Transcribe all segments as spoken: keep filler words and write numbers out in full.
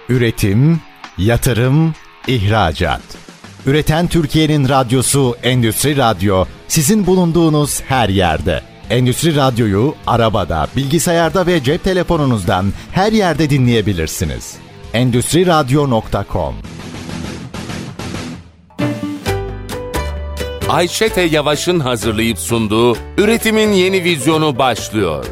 Üretim, yatırım, ihracat. Üreten Türkiye'nin radyosu Endüstri Radyo, sizin bulunduğunuz her yerde. Endüstri Radyo'yu arabada, bilgisayarda ve cep telefonunuzdan her yerde dinleyebilirsiniz. endüstri radyo nokta com. Ayşe T. Yavaş'ın hazırlayıp sunduğu Üretim'in Yeni Vizyonu başlıyor.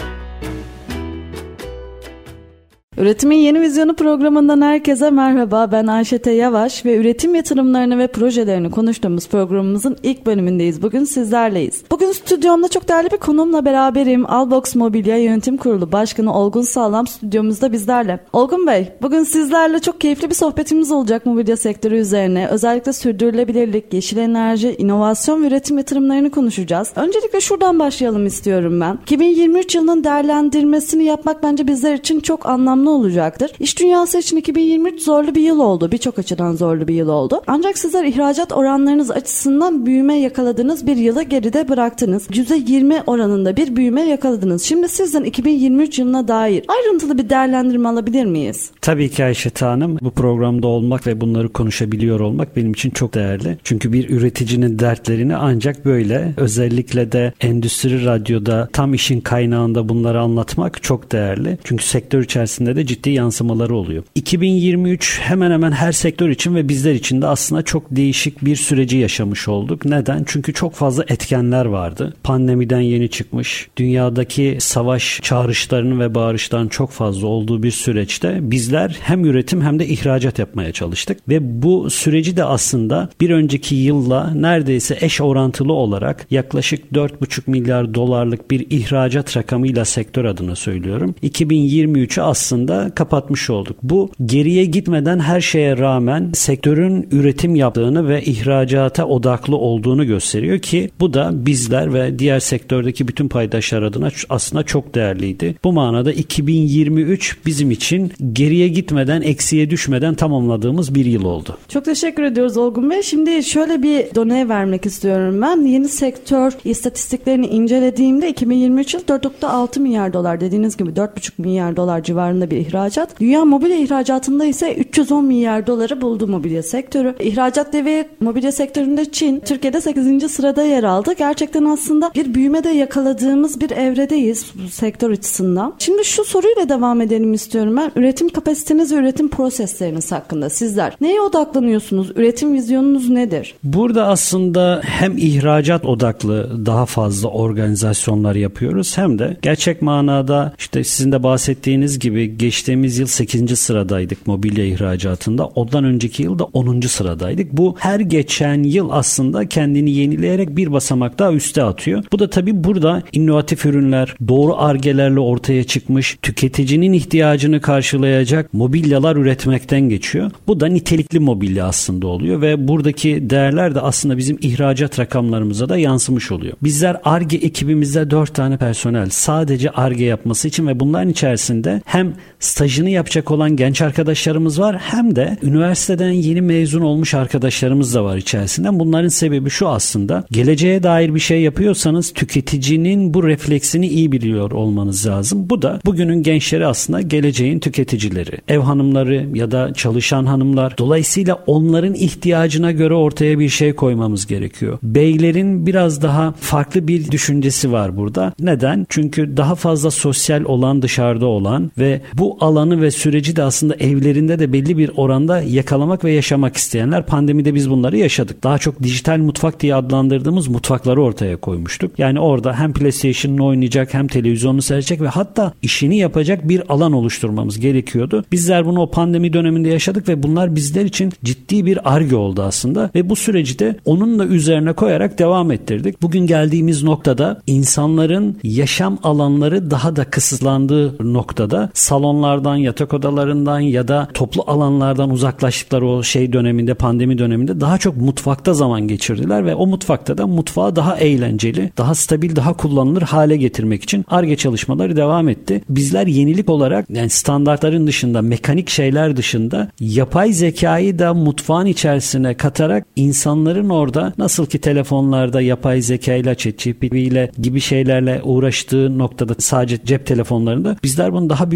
Üretim'in Yeni Vizyonu programından herkese merhaba. Ben Ayşe T. Yavaş ve üretim yatırımlarını ve projelerini konuştuğumuz programımızın ilk bölümündeyiz. Bugün sizlerleyiz. Bugün stüdyomda çok değerli bir konuğumla beraberim. Albox Mobilya Yönetim Kurulu Başkanı Olgun Sağlam stüdyomuzda bizlerle. Olgun Bey, bugün sizlerle çok keyifli bir sohbetimiz olacak mobilya sektörü üzerine. Özellikle sürdürülebilirlik, yeşil enerji, inovasyon ve üretim yatırımlarını konuşacağız. Öncelikle şuradan başlayalım istiyorum ben. iki bin yirmi üç yılının değerlendirmesini yapmak bence bizler için çok anlamlı olacaktır. İş dünyası için iki bin yirmi üç zorlu bir yıl oldu. Birçok açıdan zorlu bir yıl oldu. Ancak sizler ihracat oranlarınız açısından büyüme yakaladığınız bir yılı geride bıraktınız. yüzde yirmi oranında bir büyüme yakaladınız. Şimdi sizden iki bin yirmi üç yılına dair ayrıntılı bir değerlendirme alabilir miyiz? Tabii ki Ayşe Hanım. Bu programda olmak ve bunları konuşabiliyor olmak benim için çok değerli. Çünkü bir üreticinin dertlerini ancak böyle, özellikle de Endüstri Radyo'da tam işin kaynağında bunları anlatmak çok değerli. Çünkü sektör içerisinde de ciddi yansımaları oluyor. iki bin yirmi üç hemen hemen her sektör için ve bizler için de aslında çok değişik bir süreci yaşamış olduk. Neden? Çünkü çok fazla etkenler vardı. Pandemiden yeni çıkmış, dünyadaki savaş çağrışlarının ve bağırışların çok fazla olduğu bir süreçte bizler hem üretim hem de ihracat yapmaya çalıştık. Ve bu süreci de aslında bir önceki yılla neredeyse eş orantılı olarak yaklaşık dört buçuk milyar dolarlık bir ihracat rakamıyla sektör adına söylüyorum. iki bin yirmi üçü aslında kapatmış olduk. Bu geriye gitmeden her şeye rağmen sektörün üretim yaptığını ve ihracata odaklı olduğunu gösteriyor ki bu da bizler ve diğer sektördeki bütün paydaşlar adına aslında çok değerliydi. Bu manada iki bin yirmi üç bizim için geriye gitmeden, eksiye düşmeden tamamladığımız bir yıl oldu. Çok teşekkür ediyoruz Olgun Bey. Şimdi şöyle bir doneye vermek istiyorum ben. Yeni sektör istatistiklerini incelediğimde iki bin yirmi üç yıl dört virgül altı milyar dolar, dediğiniz gibi dört buçuk milyar dolar civarında bir ihracat. Dünya mobilya ihracatında ise üç yüz on milyar doları buldu mobilya sektörü. İhracat devi mobilya sektöründe Çin, Türkiye'de sekizinci sırada yer aldı. Gerçekten aslında bir büyüme de yakaladığımız bir evredeyiz bu sektör açısından. Şimdi şu soruyla devam edelim istiyorum ben. Üretim kapasiteniz ve üretim prosesleriniz hakkında sizler neye odaklanıyorsunuz? Üretim vizyonunuz nedir? Burada aslında hem ihracat odaklı daha fazla organizasyonlar yapıyoruz hem de gerçek manada işte sizin de bahsettiğiniz gibi geçtiğimiz yıl sekizinci sıradaydık mobilya ihracatında. Ondan önceki yıl da onuncu sıradaydık. Bu her geçen yıl aslında kendini yenileyerek bir basamak daha üste atıyor. Bu da tabii burada inovatif ürünler, doğru argelerle ortaya çıkmış, tüketicinin ihtiyacını karşılayacak mobilyalar üretmekten geçiyor. Bu da nitelikli mobilya aslında oluyor ve buradaki değerler de aslında bizim ihracat rakamlarımıza da yansımış oluyor. Bizler Ar-Ge ekibimizde dört tane personel sadece Ar-Ge yapması için ve bunların içerisinde hem stajını yapacak olan genç arkadaşlarımız var hem de üniversiteden yeni mezun olmuş arkadaşlarımız da var içerisinde. Bunların sebebi şu aslında: geleceğe dair bir şey yapıyorsanız tüketicinin bu refleksini iyi biliyor olmanız lazım. Bu da bugünün gençleri aslında geleceğin tüketicileri. Ev hanımları ya da çalışan hanımlar. Dolayısıyla onların ihtiyacına göre ortaya bir şey koymamız gerekiyor. Beylerin biraz daha farklı bir düşüncesi var burada. Neden? Çünkü daha fazla sosyal olan, dışarıda olan ve bu alanı ve süreci de aslında evlerinde de belli bir oranda yakalamak ve yaşamak isteyenler. Pandemide biz bunları yaşadık. Daha çok dijital mutfak diye adlandırdığımız mutfakları ortaya koymuştuk. Yani orada hem PlayStation'ını oynayacak hem televizyonunu seyredecek ve hatta işini yapacak bir alan oluşturmamız gerekiyordu. Bizler bunu o pandemi döneminde yaşadık ve bunlar bizler için ciddi bir Ar-Ge oldu aslında ve bu süreci de onunla üzerine koyarak devam ettirdik. Bugün geldiğimiz noktada insanların yaşam alanları daha da kısıtlandığı noktada salonlardan, yatak odalarından ya da toplu alanlardan uzaklaştıkları o şey döneminde, pandemi döneminde daha çok mutfakta zaman geçirdiler ve o mutfakta da mutfağı daha eğlenceli, daha stabil, daha kullanılır hale getirmek için Ar-Ge çalışmaları devam etti. Bizler yenilik olarak, yani standartların dışında, mekanik şeyler dışında yapay zekayı da mutfağın içerisine katarak insanların orada nasıl ki telefonlarda yapay zekayla, ChatGPT ile gibi şeylerle uğraştığı noktada sadece cep telefonlarında bizler bunu daha büyük ekranlar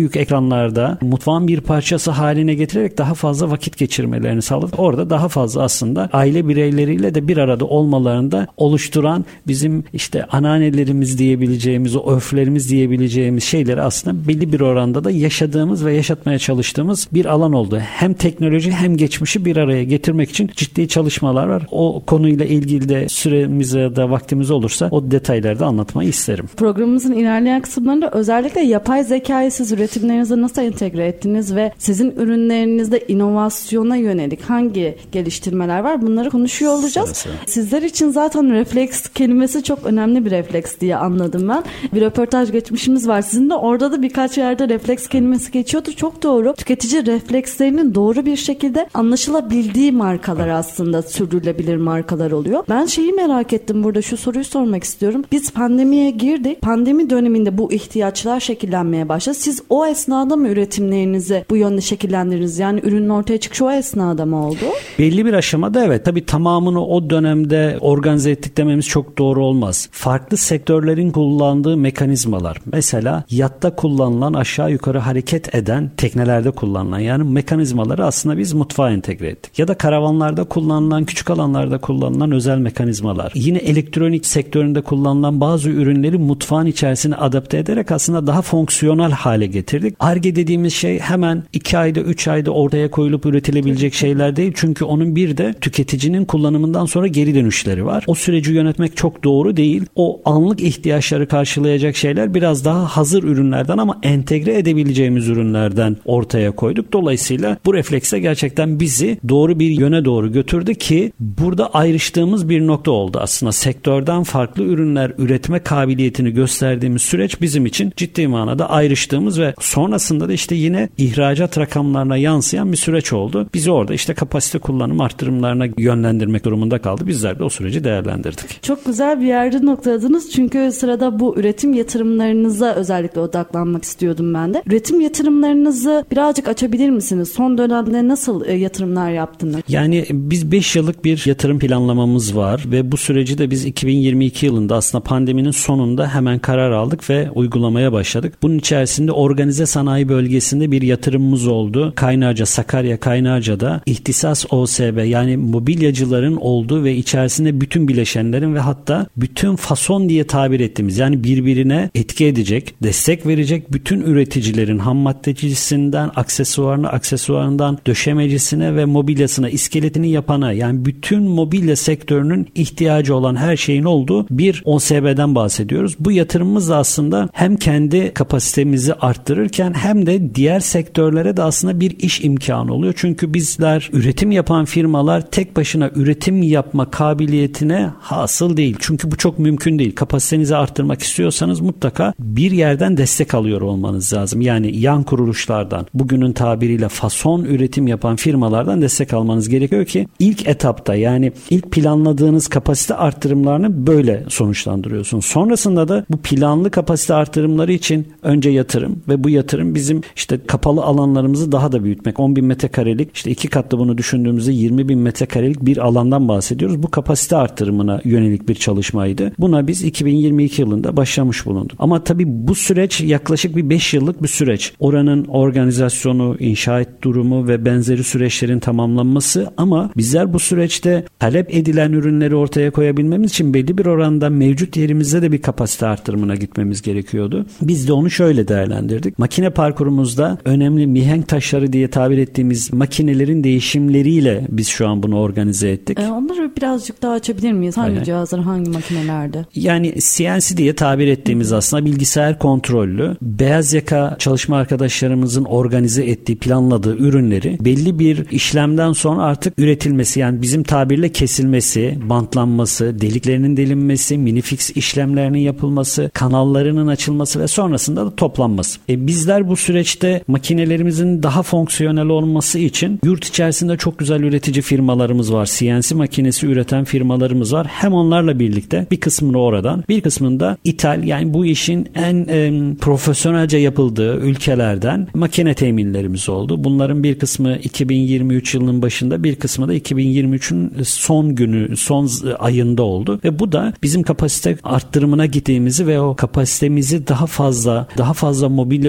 alanlarda mutfağın bir parçası haline getirerek daha fazla vakit geçirmelerini sağladık. Orada daha fazla aslında aile bireyleriyle de bir arada olmalarında oluşturan bizim işte anneannelerimiz diyebileceğimiz, o örflerimiz diyebileceğimiz şeyleri aslında belli bir oranda da yaşadığımız ve yaşatmaya çalıştığımız bir alan oldu. Hem teknoloji hem geçmişi bir araya getirmek için ciddi çalışmalar var. O konuyla ilgili de süremiz ya da vaktimiz olursa o detayları da anlatmayı isterim. Programımızın ilerleyen kısımlarında özellikle yapay zekayı siz üretimlerinize nasıl entegre ettiniz ve sizin ürünlerinizde inovasyona yönelik hangi geliştirmeler var? Bunları konuşuyor olacağız. Sıra sıra. Sizler için zaten refleks kelimesi çok önemli bir refleks diye anladım ben. Bir röportaj geçmişimiz var sizinle. Orada da birkaç yerde refleks kelimesi geçiyordu. Çok doğru. Tüketici reflekslerinin doğru bir şekilde anlaşılabildiği markalar aslında sürdürülebilir markalar oluyor. Ben şeyi merak ettim burada, şu soruyu sormak istiyorum. Biz pandemiye girdik. Pandemi döneminde bu ihtiyaçlar şekillenmeye başladı. Siz o esnada mı üretimlerinizi bu yönde şekillendirdiniz? Yani ürünün ortaya çıkışı o esnada mı oldu? Belli bir aşamada evet. Tabii tamamını o dönemde organize ettik dememiz çok doğru olmaz. Farklı sektörlerin kullandığı mekanizmalar. Mesela yatta kullanılan, aşağı yukarı hareket eden, teknelerde kullanılan yani mekanizmaları aslında biz mutfağa entegre ettik. Ya da karavanlarda kullanılan, küçük alanlarda kullanılan özel mekanizmalar. Yine elektronik sektöründe kullanılan bazı ürünleri mutfağın içerisine adapte ederek aslında daha fonksiyonel hale getirdik. Ar-Ge dediğimiz şey hemen iki ayda, üç ayda ortaya koyulup üretilebilecek şeyler değil. Çünkü onun bir de tüketicinin kullanımından sonra geri dönüşleri var. O süreci yönetmek çok doğru değil. O anlık ihtiyaçları karşılayacak şeyler biraz daha hazır ürünlerden ama entegre edebileceğimiz ürünlerden ortaya koyduk. Dolayısıyla bu refleksle gerçekten bizi doğru bir yöne doğru götürdü ki burada ayrıştığımız bir nokta oldu. Aslında sektörden farklı ürünler üretme kabiliyetini gösterdiğimiz süreç bizim için ciddi manada ayrıştığımız ve sonrasında da işte yine ihracat rakamlarına yansıyan bir süreç oldu. Bizi orada işte kapasite kullanım artırımlarına yönlendirmek durumunda kaldı. Bizler de o süreci değerlendirdik. Çok güzel bir yerde noktaladınız. Çünkü sırada bu üretim yatırımlarınıza özellikle odaklanmak istiyordum ben de. Üretim yatırımlarınızı birazcık açabilir misiniz? Son dönemde nasıl yatırımlar yaptınız? Yani biz beş yıllık bir yatırım planlamamız var ve bu süreci de biz iki bin yirmi iki yılında aslında pandeminin sonunda hemen karar aldık ve uygulamaya başladık. Bunun içerisinde organize sanayi bölgesinde bir yatırımımız oldu. Kaynarca, Sakarya Kaynarca'da ihtisas O S B yani mobilyacıların olduğu ve içerisinde bütün bileşenlerin ve hatta bütün fason diye tabir ettiğimiz yani birbirine etki edecek, destek verecek bütün üreticilerin ham maddecisinden aksesuarına, aksesuarından döşemecisine ve mobilyasına, iskeletini yapana yani bütün mobilya sektörünün ihtiyacı olan her şeyin olduğu bir O S B'den bahsediyoruz. Bu yatırımımız da aslında hem kendi kapasitemizi arttırırken hem de diğer sektörlere de aslında bir iş imkanı oluyor. Çünkü bizler üretim yapan firmalar tek başına üretim yapma kabiliyetine hasıl değil. Çünkü bu çok mümkün değil. Kapasitenizi arttırmak istiyorsanız mutlaka bir yerden destek alıyor olmanız lazım. Yani yan kuruluşlardan, bugünün tabiriyle fason üretim yapan firmalardan destek almanız gerekiyor ki ilk etapta yani ilk planladığınız kapasite arttırımlarını böyle sonuçlandırıyorsunuz. Sonrasında da bu planlı kapasite arttırımları için önce yatırım ve bu yatırım bizim işte kapalı alanlarımızı daha da büyütmek. on bin metrekarelik işte iki katlı bunu düşündüğümüzde yirmi bin metrekarelik bir alandan bahsediyoruz. Bu kapasite arttırımına yönelik bir çalışmaydı. Buna biz iki bin yirmi iki yılında başlamış bulunduk. Ama tabii bu süreç yaklaşık bir beş yıllık bir süreç. Oranın organizasyonu, inşaat durumu ve benzeri süreçlerin tamamlanması ama bizler bu süreçte talep edilen ürünleri ortaya koyabilmemiz için belli bir oranda mevcut yerimizde de bir kapasite arttırımına gitmemiz gerekiyordu. Biz de onu şöyle değerlendirdik. Makine parkurumuzda önemli mihenk taşları diye tabir ettiğimiz makinelerin değişimleriyle biz şu an bunu organize ettik. E, onları birazcık daha açabilir miyiz? Hangi evet. cihazlar, hangi makinelerde? Yani C N C diye tabir ettiğimiz Hı. aslında bilgisayar kontrollü, beyaz yaka çalışma arkadaşlarımızın organize ettiği, planladığı ürünleri belli bir işlemden sonra artık üretilmesi yani bizim tabirle kesilmesi, bantlanması, deliklerinin delinmesi, minifix işlemlerinin yapılması, kanallarının açılması ve sonrasında da toplanması. E bizler bu süreçte makinelerimizin daha fonksiyonel olması için yurt içerisinde çok güzel üretici firmalarımız var. C N C makinesi üreten firmalarımız var. Hem onlarla birlikte bir kısmını oradan, bir kısmını da ithal yani bu işin en e, profesyonelce yapıldığı ülkelerden makine teminlerimiz oldu. Bunların bir kısmı iki bin yirmi üç yılının başında, bir kısmı da iki bin yirmi üçün son günü, son ayında oldu ve bu da bizim kapasite arttırımına gittiğimizi ve o kapasitemizi daha fazla, daha fazla mobilya üreterek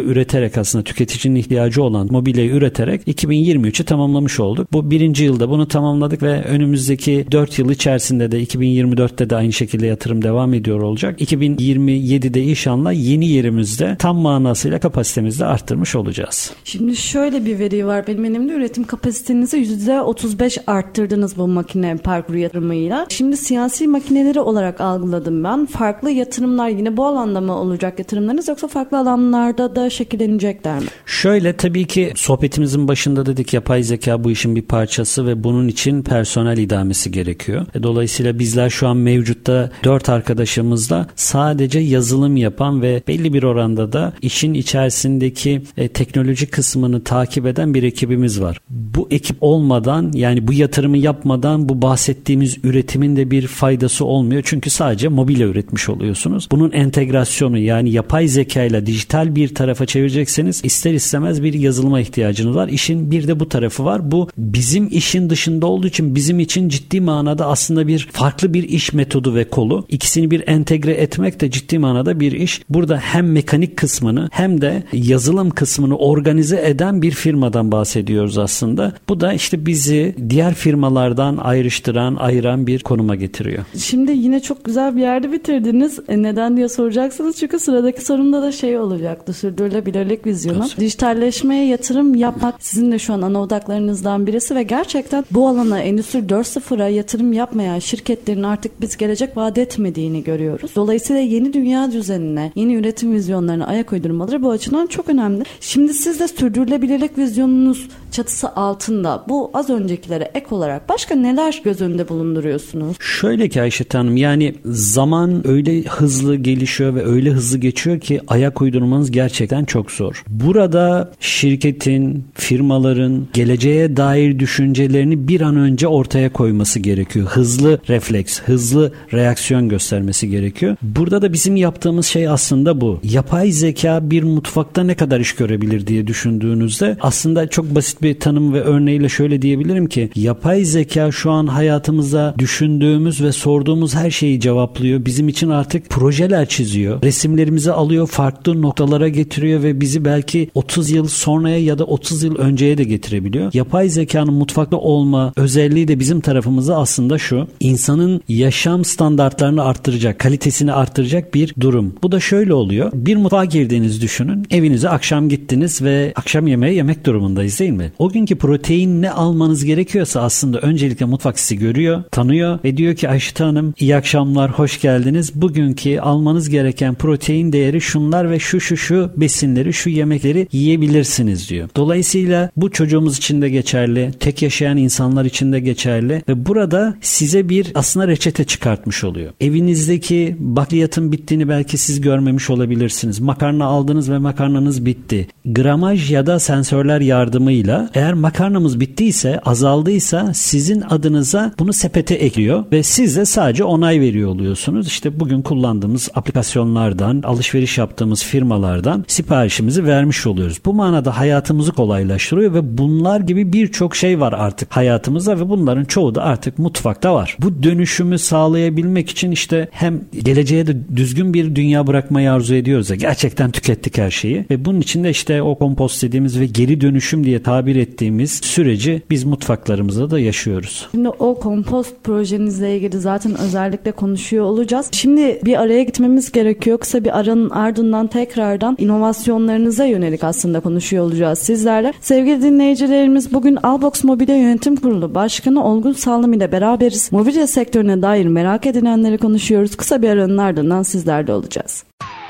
üreterek aslında tüketicinin ihtiyacı olan mobilyayı üreterek iki bin yirmi üçü tamamlamış olduk. Bu birinci yılda bunu tamamladık ve önümüzdeki dört yıl içerisinde de iki bin yirmi dörtte de aynı şekilde yatırım devam ediyor olacak. iki bin yirmi yedide inşallah yeni yerimizde tam manasıyla kapasitemizde arttırmış olacağız. Şimdi şöyle bir veri var benim elimde. Üretim kapasitenizi yüzde otuz beş arttırdınız bu makine parkuru yatırımıyla. Şimdi siyasi makineleri olarak algıladım ben. Farklı yatırımlar yine bu alanda mı olacak yatırımlarınız yoksa farklı alanlarda da şekillenecekler mi? Şöyle, tabii ki sohbetimizin başında dedik yapay zeka bu işin bir parçası ve bunun için personel idamesi gerekiyor. Dolayısıyla bizler şu an mevcutta dört arkadaşımızla sadece yazılım yapan ve belli bir oranda da işin içerisindeki e, teknoloji kısmını takip eden bir ekibimiz var. Bu ekip olmadan, yani bu yatırımı yapmadan bu bahsettiğimiz üretimin de bir faydası olmuyor. Çünkü sadece mobilya üretmiş oluyorsunuz. Bunun entegrasyonu, yani yapay zeka ile dijital bir tarafa çevirecekseniz ister istemez bir yazılıma ihtiyacınız var. İşin bir de bu tarafı var. Bu bizim işin dışında olduğu için bizim için ciddi manada aslında bir farklı bir iş metodu ve kolu. İkisini bir entegre etmek de ciddi manada bir iş. Burada hem mekanik kısmını hem de yazılım kısmını organize eden bir firmadan bahsediyoruz aslında. Bu da işte bizi diğer firmalardan ayrıştıran, ayıran bir konuma getiriyor. Şimdi yine çok güzel bir yerde bitirdiniz. E neden diye soracaksınız. Çünkü sıradaki sorumda da şey olacaktı. Sürdürülebilirlik vizyonu. Nasıl? Dijitalleşmeye yatırım yapmak sizin de şu an ana odaklarınızdan birisi ve gerçekten bu alana Endüstri dört nokta sıfıra yatırım yapmayan şirketlerin artık biz gelecek vaat etmediğini görüyoruz. Dolayısıyla yeni dünya düzenine, yeni üretim vizyonlarına ayak uydurmaları bu açıdan çok önemli. Şimdi siz de sürdürülebilirlik vizyonunuz çatısı altında bu az öncekilere ek olarak başka neler göz önünde bulunduruyorsunuz? Şöyle ki Ayşe Hanım, yani zaman öyle hızlı gelişiyor ve öyle hızlı geçiyor ki ayak uydurmanız gerçekten çok zor. Burada şirketin, firmaların geleceğe dair düşüncelerini bir an önce ortaya koyması gerekiyor. Hızlı refleks, hızlı reaksiyon göstermesi gerekiyor. Burada da bizim yaptığımız şey aslında bu. Yapay zeka bir mutfakta ne kadar iş görebilir diye düşündüğünüzde aslında çok basit bir tanım ve örneğiyle şöyle diyebilirim ki yapay zeka şu an hayatımızda düşündüğümüz ve sorduğumuz her şeyi cevaplıyor. Bizim için artık projeler çiziyor. Resimlerimizi alıyor, farklı noktalara getiriyor ve bizi belki otuz yıl sonraya ya da otuz yıl önceye de getirebiliyor. Yapay zekanın mutfakta olma özelliği de bizim tarafımızda aslında şu: insanın yaşam standartlarını arttıracak, kalitesini arttıracak bir durum. Bu da şöyle oluyor. Bir mutfağa girdiğinizi düşünün. Evinize akşam gittiniz ve akşam yemeği yemek durumundayız değil mi? O günkü protein ne almanız gerekiyorsa aslında öncelikle mutfak sizi görüyor, tanıyor ve diyor ki Ayşe Hanım iyi akşamlar, hoş geldiniz. Bugünkü almanız gereken protein değeri şunlar ve şu şu şu besinleri, şu yemekleri yiyebilirsiniz diyor. Dolayısıyla bu çocuğumuz için de geçerli, tek yaşayan insanlar için de geçerli ve burada size bir aslında reçete çıkartmış oluyor. Evinizdeki bakliyatın bittiğini belki siz görmemiş olabilirsiniz. Makarna aldınız ve makarnanız bitti. Gramaj ya da sensörler yardımıyla eğer makarnamız bittiyse, azaldıysa sizin adınıza bunu sepete ekliyor ve siz de sadece onay veriyor oluyorsunuz. İşte bugün kullandığımız aplikasyonlardan, alışveriş yaptığımız firmalardan siparişimizi vermiş oluyoruz. Bu manada hayatımızı kolaylaştırıyor ve bunlar gibi birçok şey var artık hayatımızda ve bunların çoğu da artık mutfakta var. Bu dönüşümü sağlayabilmek için işte hem geleceğe de düzgün bir dünya bırakmayı arzu ediyoruz ya, gerçekten tükettik her şeyi ve bunun için de işte o kompost dediğimiz ve geri dönüşüm diye tabir ettiğimiz süreci biz mutfaklarımızda da yaşıyoruz. Şimdi o kompost projenizle ilgili zaten özellikle konuşuyor olacağız. Şimdi bir araya gitmemiz gerekiyor. Kısa bir aranın ardından tekrardan inovasyonlarınıza yönelik aslında konuşuyor olacağız sizlerle. Sevgili dinleyicilerimiz, bugün Albox Mobilya Yönetim Kurulu Başkanı Olgun Sağlam ile beraberiz. Mobilya sektörüne dair merak edilenleri konuşuyoruz. Kısa bir aranın ardından sizlerle olacağız.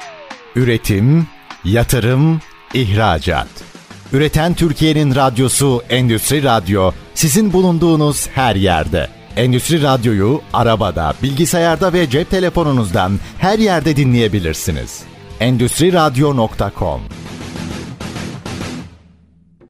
Üretim, yatırım, ihracat. Üreten Türkiye'nin radyosu Endüstri Radyo, sizin bulunduğunuz her yerde. Endüstri Radyo'yu arabada, bilgisayarda ve cep telefonunuzdan her yerde dinleyebilirsiniz. endüstri radyo nokta com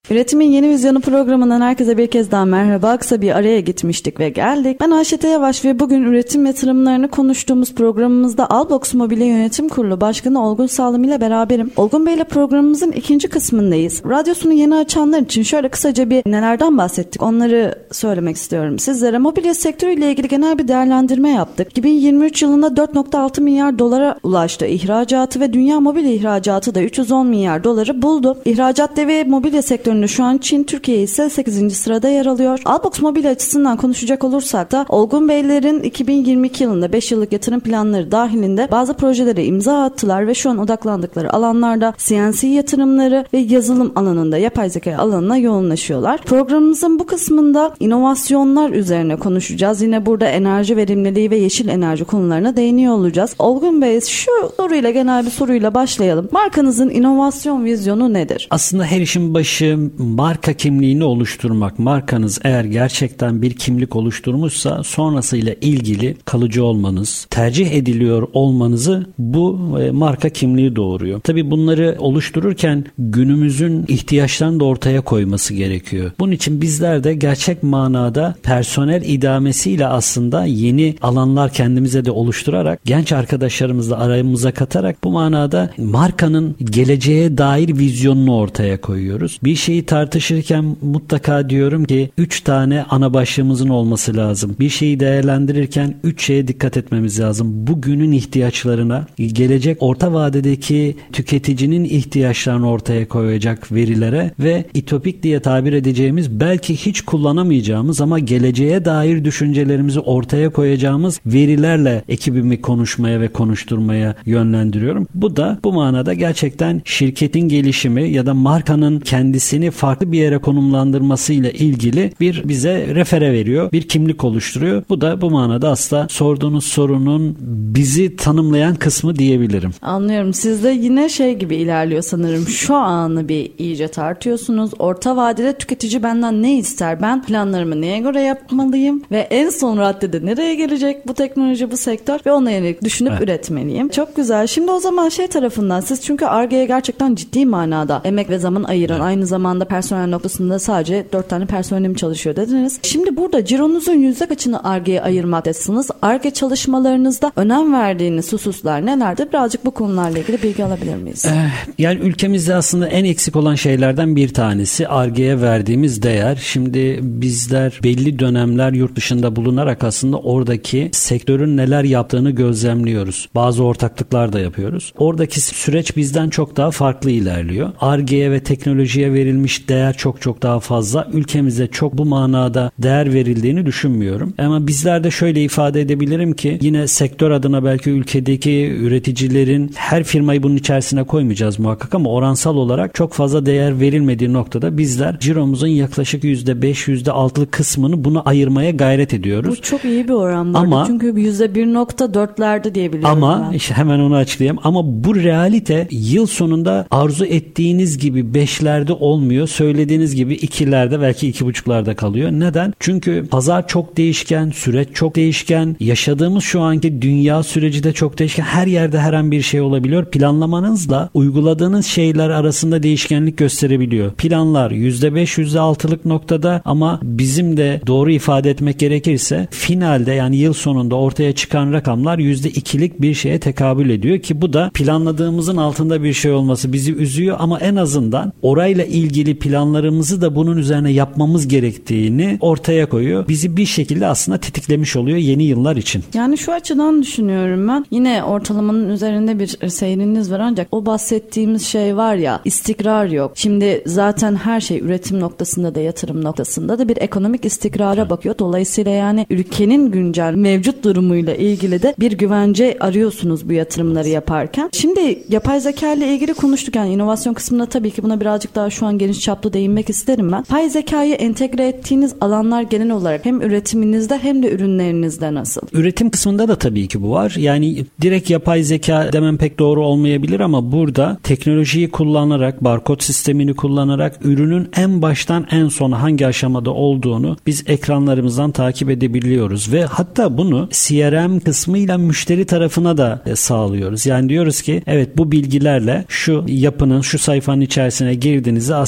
Üretimin Yeni Vizyonu programından herkese bir kez daha merhaba. Kısa bir araya gitmiştik ve geldik. Ben Ayşe Yavaş ve bugün üretim yatırımlarını konuştuğumuz programımızda Albox Mobilya Yönetim Kurulu Başkanı Olgun Sağlam ile beraberim. Olgun Bey ile programımızın ikinci kısmındayız. Radyosunu yeni açanlar için şöyle kısaca bir nelerden bahsettik onları söylemek istiyorum sizlere. Mobilya sektörüyle ilgili genel bir değerlendirme yaptık. iki bin yirmi üç yılında dört virgül altı milyar dolara ulaştı ihracatı ve dünya mobilya ihracatı da üç yüz on milyar doları buldu. İhracat ve mobilya sektöründe şu an Çin, Türkiye ise sekizinci sırada yer alıyor. Albox Mobilya açısından konuşacak olursak da Olgun Beylerin iki bin yirmi iki yılında beş yıllık yatırım planları dahilinde bazı projelere imza attılar ve şu an odaklandıkları alanlarda C N C yatırımları ve yazılım alanında, yapay zeka alanına yoğunlaşıyorlar. Programımızın bu kısmında inovasyonlar üzerine konuşacağız. Yine burada enerji verimliliği ve yeşil enerji konularına değiniyor olacağız. Olgun Bey, şu soruyla, genel bir soruyla başlayalım. Markanızın inovasyon vizyonu nedir? Aslında her işin başı marka kimliğini oluşturmak. Markanız eğer gerçekten bir kimlik oluşturmuşsa sonrasıyla ilgili kalıcı olmanız, tercih ediliyor olmanızı bu marka kimliği doğuruyor. Tabii bunları oluştururken günümüzün ihtiyaçlarını da ortaya koyması gerekiyor. Bunun için bizler de gerçek manada personel idamesiyle aslında yeni alanlar kendimize de oluşturarak, genç arkadaşlarımızla aramıza katarak bu manada markanın geleceğe dair vizyonunu ortaya koyuyoruz. Bir şeyi tartışırken mutlaka diyorum ki üç tane ana başlığımızın olması lazım. Bir şeyi değerlendirirken üç şeye dikkat etmemiz lazım. Bugünün ihtiyaçlarına, gelecek orta vadedeki tüketicinin ihtiyaçlarını ortaya koyacak verilere ve itopik diye tabir edeceğimiz, belki hiç kullanamayacağımız ama geleceğe dair düşüncelerimizi ortaya koyacağımız verilerle ekibimi konuşmaya ve konuşturmaya yönlendiriyorum. Bu da bu manada gerçekten şirketin gelişimi ya da markanın kendisini farklı bir yere konumlandırmasıyla ilgili bir bize refere veriyor, bir kimlik oluşturuyor. Bu da bu manada aslında sorduğunuz sorunun bizi tanımlayan kısmı diyebilirim. Anlıyorum. Siz de yine şey gibi ilerliyor sanırım. Şu anı bir iyice tartıyorsunuz. Orta vadede tüketici benden ne ister? Ben planlarımı neye göre yapmalıyım? Ve en son raddede nereye gelecek bu teknoloji, bu sektör? Ve ona yönelik düşünüp evet. üretmeliyim. Çok güzel. Şimdi o zaman şey tarafından, siz çünkü Ar-Ge'ye gerçekten ciddi manada emek ve zaman ayıran, evet. aynı zamanda personel noktasında sadece dört tane personelim çalışıyor dediniz. Şimdi burada cironuzun yüzde kaçını Ar-Ge'ye ayırmaktasınız? Ar-Ge çalışmalarınızda önem verdiğiniz hususlar nelerdir? Birazcık bu konularla ilgili bilgi alabilir miyiz? Ee, yani ülkemizde aslında en eksik olan şeylerden bir tanesi Ar-Ge'ye verdiğimiz değer. Şimdi bizler belli dönemler yurt dışında bulunarak aslında oradaki sektörün neler yaptığını gözlemliyoruz. Bazı ortaklıklar da yapıyoruz. Oradaki süreç bizden çok daha farklı ilerliyor. Ar-Ge'ye ve teknolojiye verilmiş değer çok çok daha fazla. Ülkemizde çok bu manada değer verildiğini düşünmüyorum. Ama bizler de şöyle ifade edebilirim ki, yine sektör adına belki ülkedeki üreticilerin, her firmayı bunun içerisine koymayacağız muhakkak ama oransal olarak çok fazla değer verilmediği noktada bizler ciromuzun yaklaşık yüzde beş yüzde altılık kısmını buna ayırmaya gayret ediyoruz. Bu çok iyi bir oran bu arada. Çünkü yüzde bir virgül dörtlerde diyebiliyorum. Ama işte hemen onu açıklayayım. Ama bu realite yıl sonunda arzu ettiğiniz gibi beşlerde olmuyor. Söylediğiniz gibi ikilerde, belki iki buçuklarda kalıyor. Neden? Çünkü pazar çok değişken, süreç çok değişken, yaşadığımız şu anki dünya süreci de çok değişken. Her yerde her an bir şey olabiliyor. Planlamanızla uyguladığınız şeyler arasında değişkenlik gösterebiliyor. Planlar yüzde beş yüzde altılık noktada ama bizim de doğru ifade etmek gerekirse finalde, yani yıl sonunda ortaya çıkan rakamlar yüzde ikilik bir şeye tekabül ediyor ki bu da planladığımızın altında bir şey olması bizi üzüyor ama en azından orayla ilgili planlarımızı da bunun üzerine yapmamız gerektiğini ortaya koyuyor. Bizi bir şekilde aslında tetiklemiş oluyor yeni yıllar için. Yani şu açıdan düşünüyorum ben. Yine ortalamanın üzerinde bir seyriniz var ancak o bahsettiğimiz şey var ya, istikrar yok. Şimdi zaten her şey üretim noktasında da yatırım noktasında da bir ekonomik istikrara evet. bakıyor. Dolayısıyla yani ülkenin güncel mevcut durumuyla ilgili de bir güvence arıyorsunuz bu yatırımları yaparken. Şimdi yapay zeka ile ilgili konuştuk, yani inovasyon kısmında tabii ki buna birazcık daha şu an geniş çaplı değinmek isterim ben. Yapay zekayı entegre ettiğiniz alanlar genel olarak hem üretiminizde hem de ürünlerinizde nasıl? Üretim kısmında da tabii ki bu var. Yani direkt yapay zeka demem pek doğru olmayabilir ama burada teknolojiyi kullanarak, barkod sistemini kullanarak ürünün en baştan en sona hangi aşamada olduğunu biz ekranlarımızdan takip edebiliyoruz ve hatta bunu C R M kısmıyla müşteri tarafına da sağlıyoruz. Yani diyoruz ki evet, bu bilgilerle şu yapının, şu sayfanın içerisine girdiğinizde aslında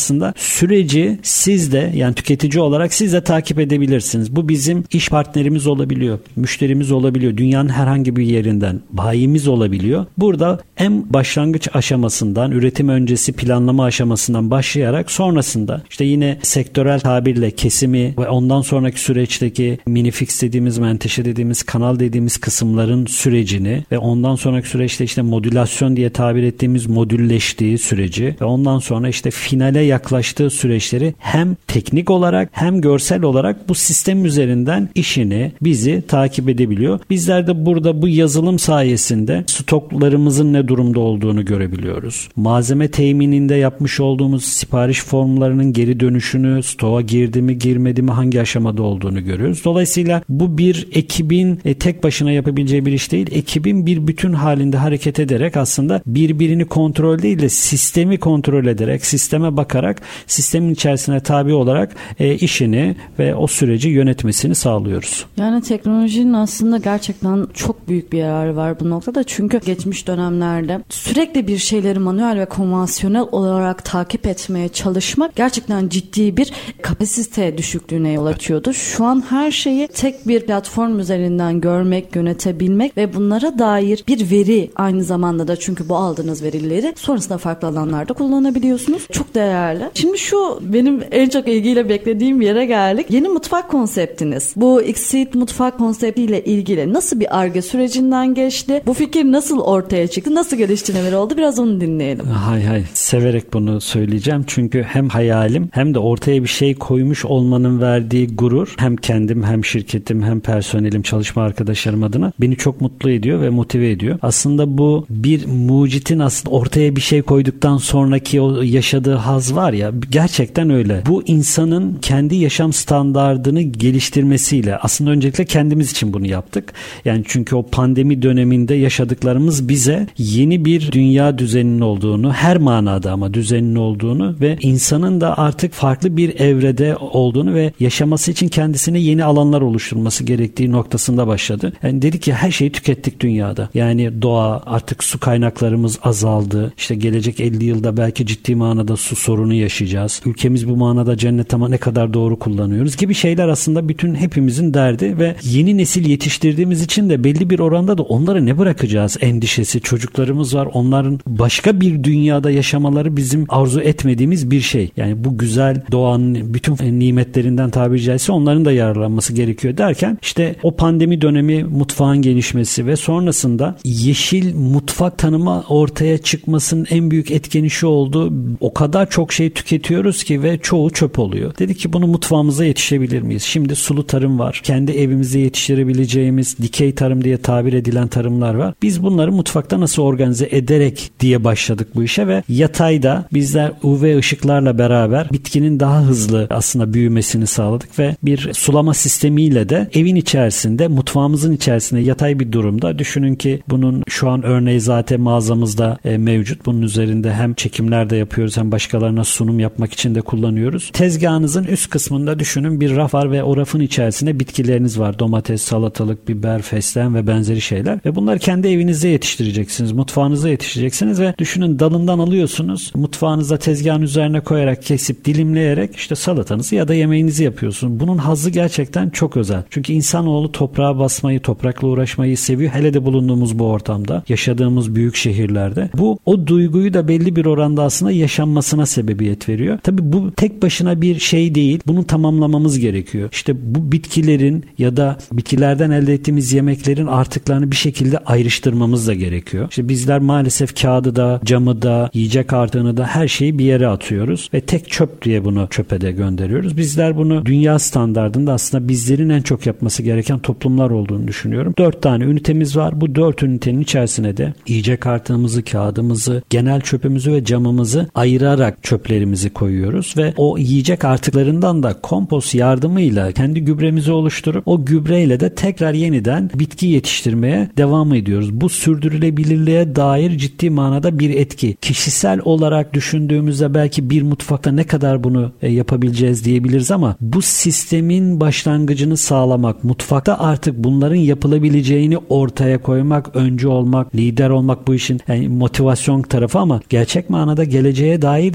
aslında süreci siz de, yani tüketici olarak siz de takip edebilirsiniz. Bu bizim iş partnerimiz olabiliyor, müşterimiz olabiliyor, dünyanın herhangi bir yerinden bayimiz olabiliyor. Burada en başlangıç aşamasından, üretim öncesi planlama aşamasından başlayarak sonrasında işte yine sektörel tabirle kesimi ve ondan sonraki süreçteki minifix dediğimiz, menteşe dediğimiz, kanal dediğimiz kısımların sürecini ve ondan sonraki süreçte işte modülasyon diye tabir ettiğimiz modülleştiği süreci ve ondan sonra işte finale yaklaştığı süreçleri hem teknik olarak hem görsel olarak bu sistem üzerinden işini, bizi takip edebiliyor. Bizler de burada bu yazılım sayesinde stoklarımızın ne durumda olduğunu görebiliyoruz. Malzeme temininde yapmış olduğumuz sipariş formlarının geri dönüşünü, stoğa girdi mi girmedi mi, hangi aşamada olduğunu görüyoruz. Dolayısıyla bu bir ekibin e, tek başına yapabileceği bir iş değil. Ekibin bir bütün halinde hareket ederek aslında birbirini kontrol değil de sistemi kontrol ederek, sisteme bakarak, sistemin içerisine tabi olarak e, işini ve o süreci yönetmesini sağlıyoruz. Yani teknolojinin aslında gerçekten çok büyük bir yararı var bu noktada. Çünkü geçmiş dönemlerde sürekli bir şeyleri manuel ve konvansiyonel olarak takip etmeye çalışmak gerçekten ciddi bir kapasite düşüklüğüne yol açıyordu. Şu an her şeyi tek bir platform üzerinden görmek, yönetebilmek ve bunlara dair bir veri, aynı zamanda da çünkü bu aldığınız verileri sonrasında farklı alanlarda kullanabiliyorsunuz. Çok değerli. Şimdi şu benim en çok ilgiyle beklediğim yere geldik. Yeni mutfak konseptiniz. Bu Xceed mutfak konseptiyle ilgili nasıl bir Ar-Ge sürecinden geçti? Bu fikir nasıl ortaya çıktı? Nasıl geliştirmeler oldu? Biraz onu dinleyelim. Hay hay. Severek bunu söyleyeceğim. Çünkü hem hayalim hem de ortaya bir şey koymuş olmanın verdiği gurur, hem kendim hem şirketim hem personelim, çalışma arkadaşlarım adına beni çok mutlu ediyor ve motive ediyor. Aslında bu bir mucitin aslında ortaya bir şey koyduktan sonraki o yaşadığı haz var ya, gerçekten öyle. Bu insanın kendi yaşam standardını geliştirmesiyle aslında öncelikle kendimiz için bunu yaptık. Yani çünkü o pandemi döneminde yaşadıklarımız bize yeni bir dünya düzeninin olduğunu, her manada ama düzenin olduğunu ve insanın da artık farklı bir evrede olduğunu ve yaşaması için kendisine yeni alanlar oluşturması gerektiği noktasında başladı. Yani dedik ki her şeyi tükettik dünyada. Yani doğa, artık su kaynaklarımız azaldı. İşte gelecek elli yılda belki ciddi manada su sorunu yaşayacağız. Ülkemiz bu manada cennet ama ne kadar doğru kullanıyoruz gibi şeyler aslında bütün hepimizin derdi ve yeni nesil yetiştirdiğimiz için de belli bir oranda da onlara ne bırakacağız endişesi. Çocuklarımız var. Onların başka bir dünyada yaşamaları bizim arzu etmediğimiz bir şey. Yani bu güzel doğanın bütün nimetlerinden tabiri caizse onların da yararlanması gerekiyor derken işte o pandemi dönemi, mutfağın gelişmesi ve sonrasında yeşil mutfak tanımı ortaya çıkmasının en büyük etkeni şu oldu. O kadar çok şey tüketiyoruz ki ve çoğu çöp oluyor. Dedik ki bunu mutfağımıza yetişebilir miyiz? Şimdi sulu tarım var. Kendi evimizde yetiştirebileceğimiz dikey tarım diye tabir edilen tarımlar var. Biz bunları mutfakta nasıl organize ederek diye başladık bu işe ve yatayda bizler U V ışıklarla beraber bitkinin daha hızlı aslında büyümesini sağladık ve bir sulama sistemiyle de evin içerisinde, mutfağımızın içerisinde yatay bir durumda. Düşünün ki bunun şu an örneği zaten mağazamızda e, mevcut. Bunun üzerinde hem çekimler de yapıyoruz hem başkalarına sunum yapmak için de kullanıyoruz. Tezgahınızın üst kısmında düşünün bir raf var ve o rafın içerisinde bitkileriniz var. Domates, salatalık, biber, fesleğen ve benzeri şeyler. Ve bunları kendi evinizde yetiştireceksiniz. Mutfağınızda yetiştireceksiniz ve düşünün dalından alıyorsunuz. Mutfağınızda tezgahın üzerine koyarak, kesip, dilimleyerek işte salatanızı ya da yemeğinizi yapıyorsunuz. Bunun hazzı gerçekten çok özel. Çünkü insanoğlu toprağa basmayı, toprakla uğraşmayı seviyor. Hele de bulunduğumuz bu ortamda, yaşadığımız büyük şehirlerde. Bu o duyguyu da belli bir oranda aslında yaşanmasına sebebiyet veriyor. Tabii bu tek başına bir şey değil. Bunu tamamlamamız gerekiyor. İşte bu bitkilerin ya da bitkilerden elde ettiğimiz yemeklerin artıklarını bir şekilde ayrıştırmamız da gerekiyor. İşte bizler maalesef kağıdı da, camı da, yiyecek artığını da her şeyi bir yere atıyoruz ve tek çöp diye bunu çöpe de gönderiyoruz. Bizler bunu dünya standardında aslında bizlerin en çok yapması gereken toplumlar olduğunu düşünüyorum. Dört tane ünitemiz var. Bu dört ünitenin içerisine de yiyecek artığımızı, kağıdımızı, genel çöpümüzü ve camımızı ayırarak çöplerimizi koyuyoruz ve o yiyecek artıklarından da kompost yardımıyla kendi gübremizi oluşturup o gübreyle de tekrar yeniden bitki yetiştirmeye devam ediyoruz. Bu sürdürülebilirliğe dair ciddi manada bir etki. Kişisel olarak düşündüğümüzde belki bir mutfakta ne kadar bunu e, yapabileceğiz diyebiliriz ama bu sistemin başlangıcını sağlamak, mutfakta artık bunların yapılabileceğini ortaya koymak, öncü olmak, lider olmak bu işin yani motivasyon tarafı ama gerçek manada geleceğe dair de yeni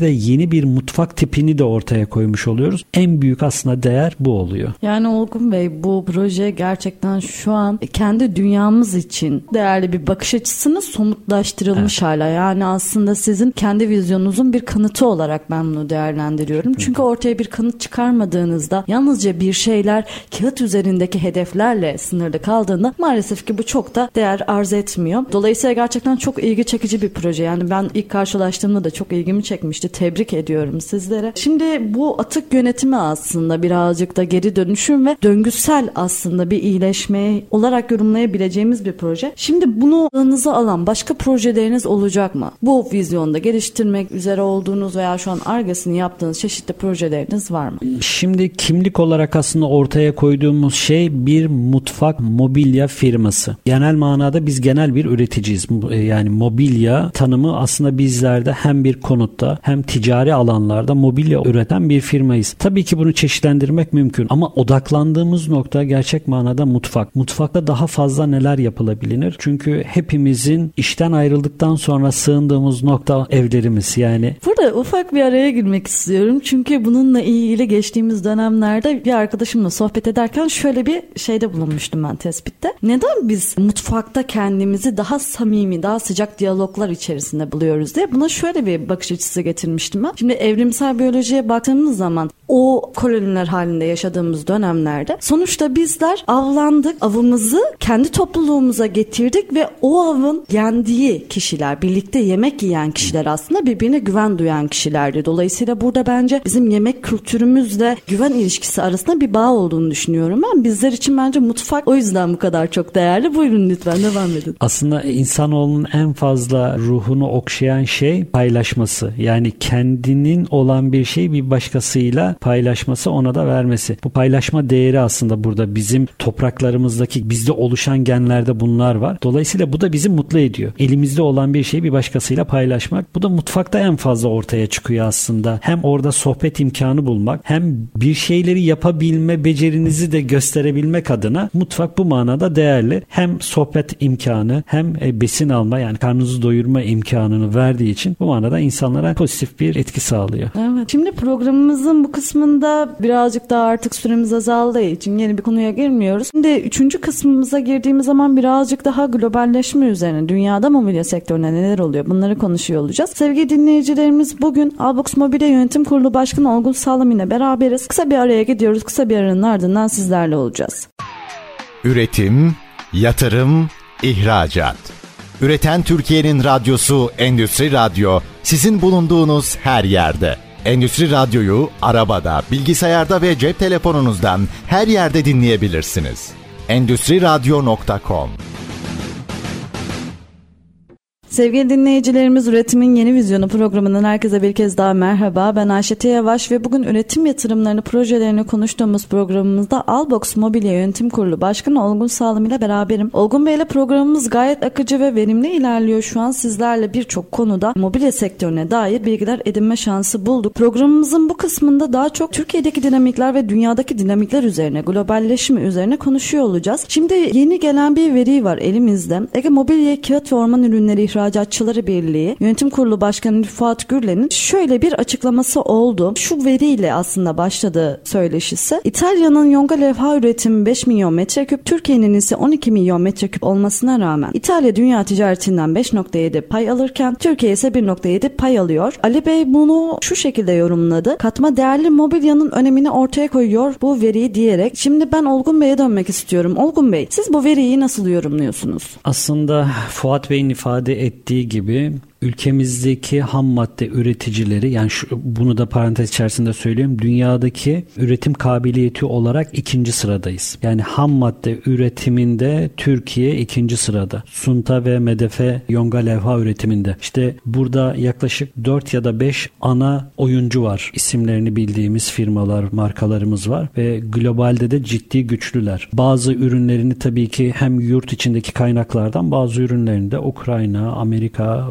yeni bir mutfak tipini de ortaya koymuş oluyoruz. En büyük aslında değer bu oluyor. Yani Olgun Bey, bu proje gerçekten şu an kendi dünyamız için değerli bir bakış açısını somutlaştırılmış evet. hala. Yani aslında sizin kendi vizyonunuzun bir kanıtı olarak ben bunu değerlendiriyorum. Hı. Çünkü ortaya bir kanıt çıkarmadığınızda, yalnızca bir şeyler kağıt üzerindeki hedeflerle sınırlı kaldığında maalesef ki bu çok da değer arz etmiyor. Dolayısıyla gerçekten çok ilgi çekici bir proje. Yani ben ilk karşılaştığımda da çok ilgimi çekmişti. Tebrik ediyorum sizlere. Şimdi bu atık yönetimi aslında birazcık da geri dönüşüm ve döngüsel aslında bir iyileşme olarak yorumlayabileceğimiz bir proje. Şimdi bunu alanınıza alan başka projeleriniz olacak mı? Bu vizyonda geliştirmek üzere olduğunuz veya şu an Ar-Ge'sini yaptığınız çeşitli projeleriniz var mı? Şimdi kimlik olarak aslında ortaya koyduğumuz şey bir mutfak mobilya firması. Genel manada biz genel bir üreticiyiz. Yani mobilya tanımı aslında bizlerde hem bir konutta hem ticari alanlarda mobilya üreten bir firmayız. Tabii ki bunu çeşitlendirmek mümkün ama odaklandığımız nokta gerçek manada mutfak. Mutfakta daha fazla neler yapılabilir? Çünkü hepimizin işten ayrıldıktan sonra sığındığımız nokta evlerimiz. Yani burada ufak bir araya girmek istiyorum. Çünkü bununla ilgili geçtiğimiz dönemlerde bir arkadaşımla sohbet ederken şöyle bir şeyde bulunmuştum ben, tespitte. Neden biz mutfakta kendimizi daha samimi, daha sıcak diyaloglar içerisinde buluyoruz diye buna şöyle bir bakış açısı getirmiştim ben. Şimdi evrimsel biyolojiye baktığımız zaman o koloniler halinde yaşadığımız dönemlerde sonuçta bizler avlandık, avımızı kendi topluluğumuza getirdik ve o avın yendiği kişiler, birlikte yemek yiyen kişiler aslında birbirine güven duyan kişilerdi. Dolayısıyla burada bence bizim yemek kültürümüzle güven ilişkisi arasında bir bağ olduğunu düşünüyorum ben. Bizler için bence mutfak o yüzden bu kadar çok değerli. Buyurun lütfen devam edin. Aslında insanoğlunun en fazla ruhunu okşayan şey paylaşması. Yani kendinin olan bir şeyi bir başkasıyla paylaşması, ona da vermesi. Bu paylaşma değeri aslında burada bizim topraklarımızdaki, bizde oluşan genlerde bunlar var. Dolayısıyla bu da bizi mutlu ediyor. Elimizde olan bir şeyi bir başkasıyla paylaşmak. Bu da mutfakta en fazla ortaya çıkıyor aslında. Hem orada sohbet imkanı bulmak, hem bir şeyleri yapabilme becerinizi de gösterebilmek adına mutfak bu manada değerli. Hem sohbet imkanı, hem besin alma, yani karnınızı doyurma imkanını verdiği için bu manada insanlara pozitif bir etki sağlıyor. Evet. Şimdi programımızın bu kısmında birazcık daha artık süremiz azaldığı için yeni bir konuya girmiyoruz. Şimdi üçüncü kısmımıza girdiğimiz zaman birazcık daha globalleşme üzerine, dünyada mobilya sektöründe neler oluyor bunları konuşuyor olacağız. Sevgili dinleyicilerimiz, bugün Albox Mobilya Yönetim Kurulu Başkanı Olgun Sağlam ile beraberiz. Kısa bir araya gidiyoruz. Kısa bir aranın ardından sizlerle olacağız. Üretim, yatırım, ihracat. Üreten Türkiye'nin radyosu Endüstri Radyo, sizin bulunduğunuz her yerde. Endüstri Radyo'yu arabada, bilgisayarda ve cep telefonunuzdan her yerde dinleyebilirsiniz. endüstri radyo nokta com. Sevgili dinleyicilerimiz, Üretimin Yeni Vizyonu programından herkese bir kez daha merhaba. Ben Ayşe Yavaş ve bugün üretim yatırımlarını, projelerini konuştuğumuz programımızda Albox Mobilya Yönetim Kurulu Başkanı Olgun Sağlam ile beraberim. Olgun Bey ile programımız gayet akıcı ve verimli ilerliyor. Şu an sizlerle birçok konuda mobilya sektörüne dair bilgiler edinme şansı bulduk. Programımızın bu kısmında daha çok Türkiye'deki dinamikler ve dünyadaki dinamikler üzerine, globalleşme üzerine konuşuyor olacağız. Şimdi yeni gelen bir veri var elimizde. Ege Mobilya, Kağıt ve Orman Ürünleri İhracatçıları Birliği Yönetim Kurulu Başkanı Fuat Gürlen'in şöyle bir açıklaması oldu. Şu veriyle aslında başladı söyleşisi. İtalya'nın yonga levha üretimi beş milyon metreküp, Türkiye'nin ise on iki milyon metreküp olmasına rağmen İtalya dünya ticaretinden beş nokta yedi pay alırken Türkiye ise bir nokta yedi pay alıyor. Ali Bey bunu şu şekilde yorumladı. Katma değerli mobilyanın önemini ortaya koyuyor bu veriyi diyerek. Şimdi ben Olgun Bey'e dönmek istiyorum. Olgun Bey, siz bu veriyi nasıl yorumluyorsunuz? Aslında Fuat Bey'in ifade ettiği gibi ülkemizdeki ham madde üreticileri, yani şu, bunu da parantez içerisinde söyleyeyim, dünyadaki üretim kabiliyeti olarak ikinci sıradayız. Yani ham madde üretiminde Türkiye ikinci sırada. Sunta ve Medefe yonga levha üretiminde. İşte burada yaklaşık dört ya da beş ana oyuncu var. İsimlerini bildiğimiz firmalar, markalarımız var ve globalde de ciddi güçlüler. Bazı ürünlerini tabii ki hem yurt içindeki kaynaklardan, bazı ürünlerini de Ukrayna, Amerika, Romanya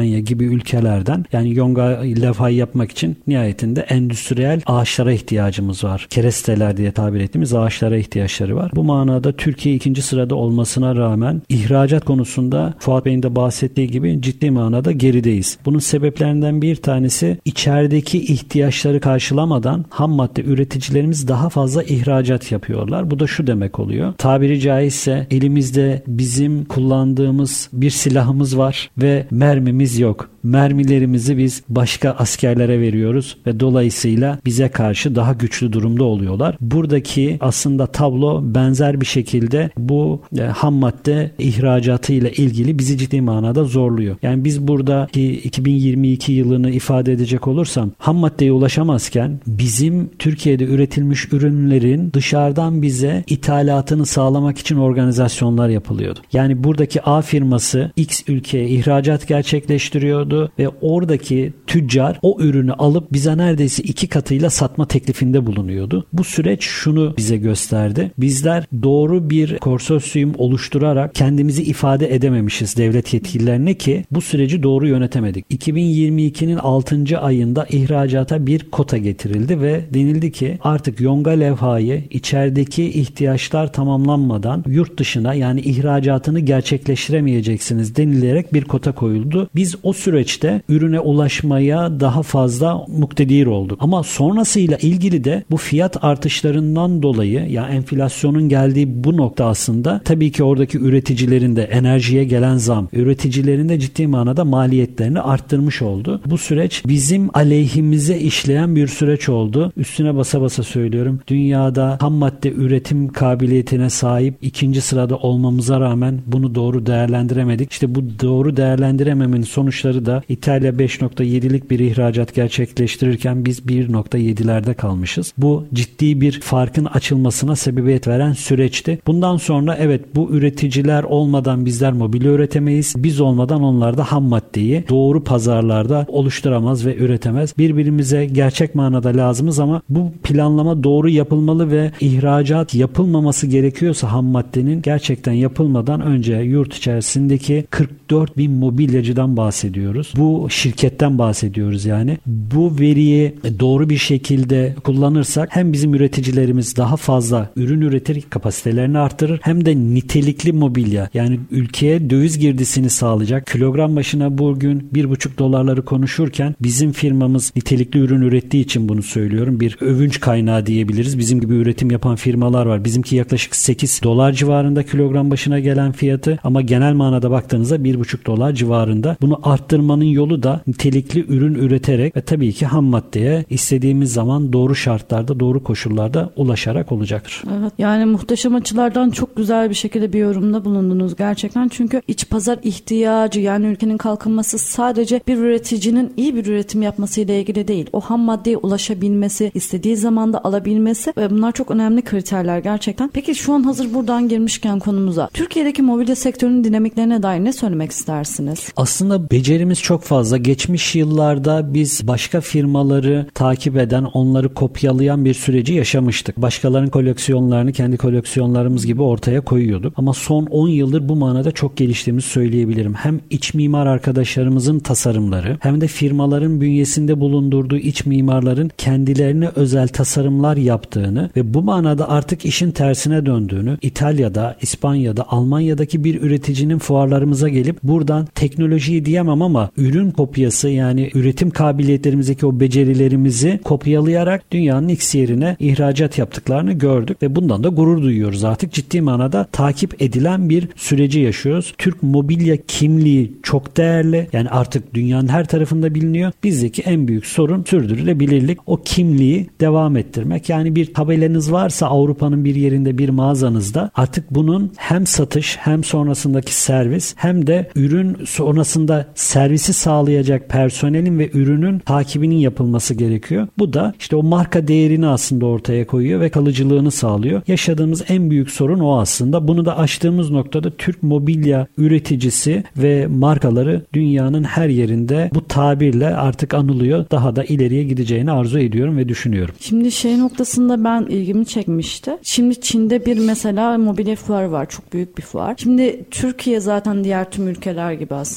İspanya gibi ülkelerden, yani yonga levhayı yapmak için nihayetinde endüstriyel ağaçlara ihtiyacımız var. Keresteler diye tabir ettiğimiz ağaçlara ihtiyaçları var. Bu manada Türkiye ikinci sırada olmasına rağmen ihracat konusunda Fuat Bey'in de bahsettiği gibi ciddi manada gerideyiz. Bunun sebeplerinden bir tanesi, içerideki ihtiyaçları karşılamadan ham madde üreticilerimiz daha fazla ihracat yapıyorlar. Bu da şu demek oluyor: tabiri caizse elimizde bizim kullandığımız bir silahımız var ve mermimiz yok. Mermilerimizi biz başka askerlere veriyoruz ve dolayısıyla bize karşı daha güçlü durumda oluyorlar. Buradaki aslında tablo benzer bir şekilde bu e, ham madde ihracatı ile ilgili bizi ciddi manada zorluyor. Yani biz burada iki bin yirmi iki yılını ifade edecek olursam, ham maddeye ulaşamazken bizim Türkiye'de üretilmiş ürünlerin dışarıdan bize ithalatını sağlamak için organizasyonlar yapılıyordu. Yani buradaki A firması X ülkeye ihracat gerçekleştiriyordu ve oradaki tüccar o ürünü alıp bize neredeyse iki katıyla satma teklifinde bulunuyordu. Bu süreç şunu bize gösterdi: bizler doğru bir konsorsiyum oluşturarak kendimizi ifade edememişiz devlet yetkililerine ki bu süreci doğru yönetemedik. iki bin yirmi ikinin altıncı ayında ihracata bir kota getirildi ve denildi ki artık yonga levhayı içerideki ihtiyaçlar tamamlanmadan yurt dışına, yani ihracatını gerçekleştiremeyeceksiniz denilerek bir kota koyuldu. Biz o süreçte ürüne ulaşmaya daha fazla muktedir olduk. Ama sonrasıyla ilgili de bu fiyat artışlarından dolayı, ya yani enflasyonun geldiği bu nokta aslında tabii ki oradaki üreticilerin de enerjiye gelen zam, üreticilerin de ciddi manada maliyetlerini arttırmış oldu. Bu süreç bizim aleyhimize işleyen bir süreç oldu. Üstüne basa basa söylüyorum. Dünyada ham madde üretim kabiliyetine sahip ikinci sırada olmamıza rağmen bunu doğru değerlendiremedik. İşte bu doğru değerlendirememenin sonuçları da İtalya beş nokta yedilik bir ihracat gerçekleştirirken biz bir nokta yedilerde kalmışız. Bu ciddi bir farkın açılmasına sebebiyet veren süreçti. Bundan sonra evet, bu üreticiler olmadan bizler mobilya üretemeyiz. Biz olmadan onlar da ham maddeyi doğru pazarlarda oluşturamaz ve üretemez. Birbirimize gerçek manada lazımız ama bu planlama doğru yapılmalı ve ihracat yapılmaması gerekiyorsa ham maddenin gerçekten yapılmadan önce yurt içerisindeki kırk dört bin mobilyacıdan bahsediyoruz. Bu şirketten bahsediyoruz yani. Bu veriyi doğru bir şekilde kullanırsak hem bizim üreticilerimiz daha fazla ürün üretir, kapasitelerini artırır, hem de nitelikli mobilya, yani ülkeye döviz girdisini sağlayacak. Kilogram başına bugün bir buçuk dolarları konuşurken bizim firmamız nitelikli ürün ürettiği için bunu söylüyorum. Bir övünç kaynağı diyebiliriz. Bizim gibi üretim yapan firmalar var. Bizimki yaklaşık sekiz dolar civarında kilogram başına gelen fiyatı ama genel manada baktığınızda bir buçuk dolar civarında. Bunu arttırmanın yolu da nitelikli ürün üreterek ve tabii ki ham maddeye istediğimiz zaman doğru şartlarda, doğru koşullarda ulaşarak olacaktır. Evet, yani muhteşem açılardan çok güzel bir şekilde bir yorumda bulundunuz gerçekten. Çünkü iç pazar ihtiyacı, yani ülkenin kalkınması sadece bir üreticinin iyi bir üretim yapmasıyla ilgili değil. O ham maddeye ulaşabilmesi, istediği zamanda alabilmesi ve bunlar çok önemli kriterler gerçekten. Peki şu an hazır buradan girmişken konumuza, Türkiye'deki mobilya sektörünün dinamiklerine dair ne söylemek istersiniz? Aslında becerimiz çok fazla. Geçmiş yıllarda biz başka firmaları takip eden, onları kopyalayan bir süreci yaşamıştık. Başkalarının koleksiyonlarını kendi koleksiyonlarımız gibi ortaya koyuyorduk. Ama son on yıldır bu manada çok geliştiğimizi söyleyebilirim. Hem iç mimar arkadaşlarımızın tasarımları, hem de firmaların bünyesinde bulundurduğu iç mimarların kendilerine özel tasarımlar yaptığını ve bu manada artık işin tersine döndüğünü, İtalya'da, İspanya'da, Almanya'daki bir üreticinin fuarlarımıza gelip buradan teknolojiyi diyemem ama ürün kopyası, yani üretim kabiliyetlerimizdeki o becerilerimizi kopyalayarak dünyanın X yerine ihracat yaptıklarını gördük ve bundan da gurur duyuyoruz. Artık ciddi manada takip edilen bir süreci yaşıyoruz. Türk mobilya kimliği çok değerli. Yani artık dünyanın her tarafında biliniyor. Bizdeki en büyük sorun sürdürülebilirlik. O kimliği devam ettirmek. Yani bir tabelanız varsa Avrupa'nın bir yerinde, bir mağazanızda, artık bunun hem satış hem sonrasındaki servis hem de ürün sonrasında servisi sağlayacak personelin ve ürünün takibinin yapılması gerekiyor. Bu da işte o marka değerini aslında ortaya koyuyor ve kalıcılığını sağlıyor. Yaşadığımız en büyük sorun o aslında. Bunu da aştığımız noktada Türk mobilya üreticisi ve markaları dünyanın her yerinde bu tabirle artık anılıyor. Daha da ileriye gideceğini arzu ediyorum ve düşünüyorum. Şimdi şey noktasında ben ilgimi çekmişti. Şimdi Çin'de bir mesela mobilya fuarı var. Çok büyük bir fuar. Şimdi Türkiye zaten diğer tüm ülkeler gibi aslında mobilya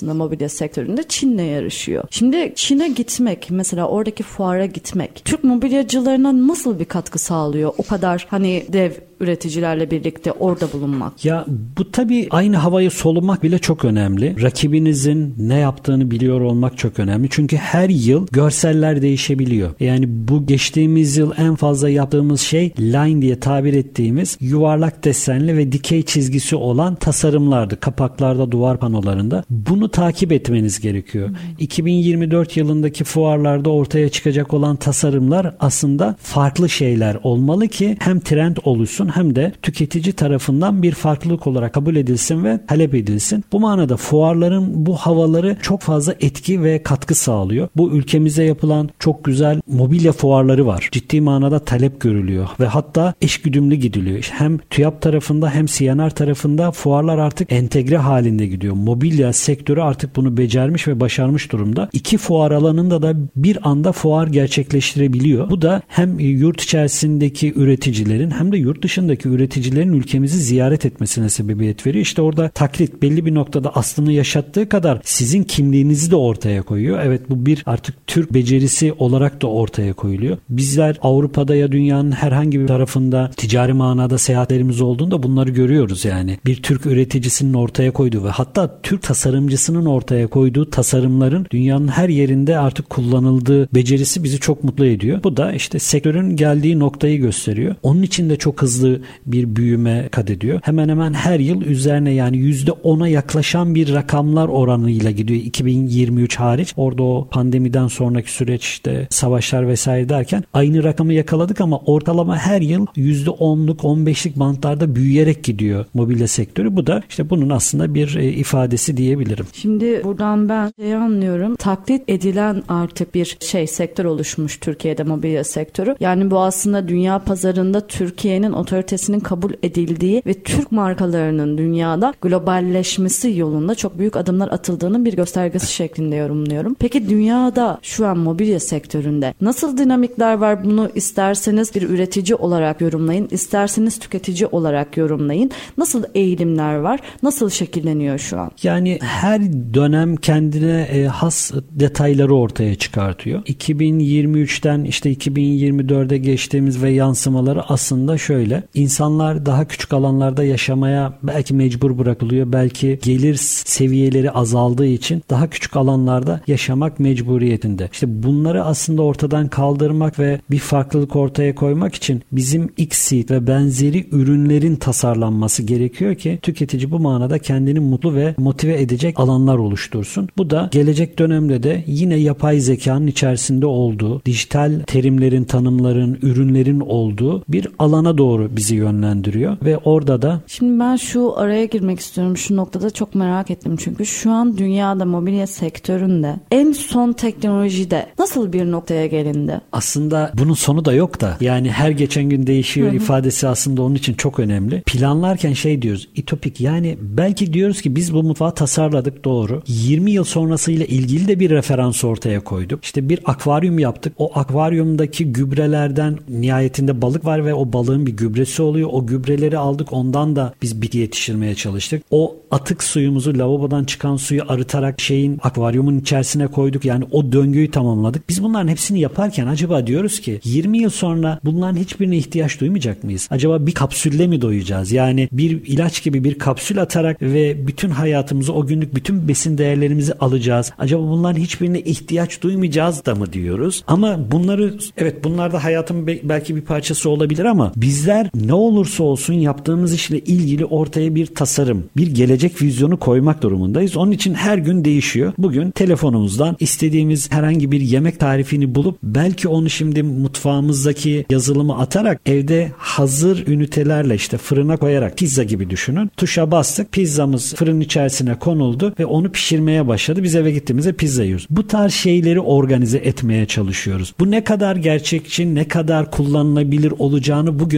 sektöründe Çin'le yarışıyor. Şimdi Çin'e gitmek, mesela oradaki fuara gitmek Türk mobilyacılarına nasıl bir katkı sağlıyor? O kadar hani dev üreticilerle birlikte orada bulunmak. Ya bu tabii aynı havayı solumak bile çok önemli. Rakibinizin ne yaptığını biliyor olmak çok önemli. Çünkü her yıl görseller değişebiliyor. Yani bu geçtiğimiz yıl en fazla yaptığımız şey line diye tabir ettiğimiz yuvarlak desenli ve dikey çizgisi olan tasarımlardı. Kapaklarda, duvar panolarında. Bunu takip etmeniz gerekiyor. Hmm. iki bin yirmi dört yılındaki fuarlarda ortaya çıkacak olan tasarımlar aslında farklı şeyler olmalı ki hem trend oluşsun hem de tüketici tarafından bir farklılık olarak kabul edilsin ve talep edilsin. Bu manada fuarların bu havaları çok fazla etki ve katkı sağlıyor. Bu ülkemize yapılan çok güzel mobilya fuarları var. Ciddi manada talep görülüyor ve hatta eşgüdümlü gidiliyor. Hem TÜYAP tarafında hem C N R tarafında fuarlar artık entegre halinde gidiyor. Mobilya sektörü artık bunu becermiş ve başarmış durumda. İki fuar alanında da bir anda fuar gerçekleştirebiliyor. Bu da hem yurt içerisindeki üreticilerin hem de yurt dışındaki üreticilerin ülkemizi ziyaret etmesine sebebiyet veriyor. İşte orada taklit belli bir noktada aslını yaşattığı kadar sizin kimliğinizi de ortaya koyuyor. Evet, bu bir artık Türk becerisi olarak da ortaya koyuluyor. Bizler Avrupa'da ya dünyanın herhangi bir tarafında ticari manada seyahatlerimiz olduğunda bunları görüyoruz yani. Bir Türk üreticisinin ortaya koyduğu ve hatta Türk tasarımcısının ortaya koyduğu tasarımların dünyanın her yerinde artık kullanıldığı becerisi bizi çok mutlu ediyor. Bu da işte sektörün geldiği noktayı gösteriyor. Onun için de çok hızlı bir büyüme kat ediyor. Hemen hemen her yıl üzerine yani yüzde ona yaklaşan bir rakamlar oranıyla gidiyor. iki bin yirmi üç hariç. Orada o pandemiden sonraki süreç işte savaşlar vesaire derken aynı rakamı yakaladık ama ortalama her yıl yüzde onluk on beşlik bantlarda büyüyerek gidiyor mobilya sektörü. Bu da işte bunun aslında bir e, ifadesi diyebilirim. Şimdi buradan ben şey anlıyorum. Taklit edilen artık bir şey sektör oluşmuş Türkiye'de mobilya sektörü. Yani bu aslında dünya pazarında Türkiye'nin otoritesinin kabul edildiği ve Türk markalarının dünyada globalleşmesi yolunda çok büyük adımlar atıldığının bir göstergesi şeklinde yorumluyorum. Peki dünyada şu an mobilya sektöründe nasıl dinamikler var? Bunu isterseniz bir üretici olarak yorumlayın, isterseniz tüketici olarak yorumlayın. Nasıl eğilimler var? Nasıl şekilleniyor şu an? Yani her dönem kendine e, has detayları ortaya çıkartıyor. iki bin yirmi üçten işte iki bin yirmi dörde geçtiğimiz ve yansımaları aslında şöyle. İnsanlar daha küçük alanlarda yaşamaya belki mecbur bırakılıyor. Belki gelir seviyeleri azaldığı için daha küçük alanlarda yaşamak mecburiyetinde. İşte bunları aslında ortadan kaldırmak ve bir farklılık ortaya koymak için bizim X-Seed ve benzeri ürünlerin tasarlanması gerekiyor ki tüketici bu manada kendini mutlu ve motive edecek alanlar oluştursun. Bu da gelecek dönemde de yine yapay zekanın içerisinde olduğu, dijital terimlerin, tanımların, ürünlerin olduğu bir alana doğru bizi yönlendiriyor ve orada da... Şimdi ben şu araya girmek istiyorum. Şu noktada çok merak ettim çünkü şu an dünyada mobilya sektöründe en son teknolojide nasıl bir noktaya gelindi? Aslında bunun sonu da yok da yani her geçen gün değişiyor Hı-hı. ifadesi aslında onun için çok önemli. Planlarken şey diyoruz, itopik, yani belki diyoruz ki biz bu mutfağı tasarladık, doğru. yirmi yıl sonrasıyla ilgili de bir referans ortaya koyduk. İşte bir akvaryum yaptık. O akvaryumdaki gübrelerden nihayetinde balık var ve o balığın bir gübresi oluyor. O gübreleri aldık, ondan da biz bitki yetiştirmeye çalıştık. O atık suyumuzu, lavabodan çıkan suyu arıtarak şeyin akvaryumun içerisine koyduk. Yani o döngüyü tamamladık. Biz bunların hepsini yaparken acaba diyoruz ki yirmi yıl sonra bunların hiçbirine ihtiyaç duymayacak mıyız? Acaba bir kapsülle mi doyacağız? Yani bir ilaç gibi bir kapsül atarak ve bütün hayatımızı, o günlük bütün besin değerlerimizi alacağız. Acaba bunların hiçbirine ihtiyaç duymayacağız da mı diyoruz? Ama bunları, evet, bunlar da hayatın belki bir parçası olabilir ama bizler ne olursa olsun yaptığımız işle ilgili ortaya bir tasarım, bir gelecek vizyonu koymak durumundayız. Onun için her gün değişiyor. Bugün telefonumuzdan istediğimiz herhangi bir yemek tarifini bulup belki onu şimdi mutfağımızdaki yazılımı atarak evde hazır ünitelerle işte fırına koyarak, pizza gibi düşünün. Tuşa bastık, pizzamız fırın içerisine konuldu ve onu pişirmeye başladı. Biz eve gittiğimizde pizza yiyoruz. Bu tarz şeyleri organize etmeye çalışıyoruz. Bu ne kadar gerçekçi, ne kadar kullanılabilir olacağını bugünden kestirmek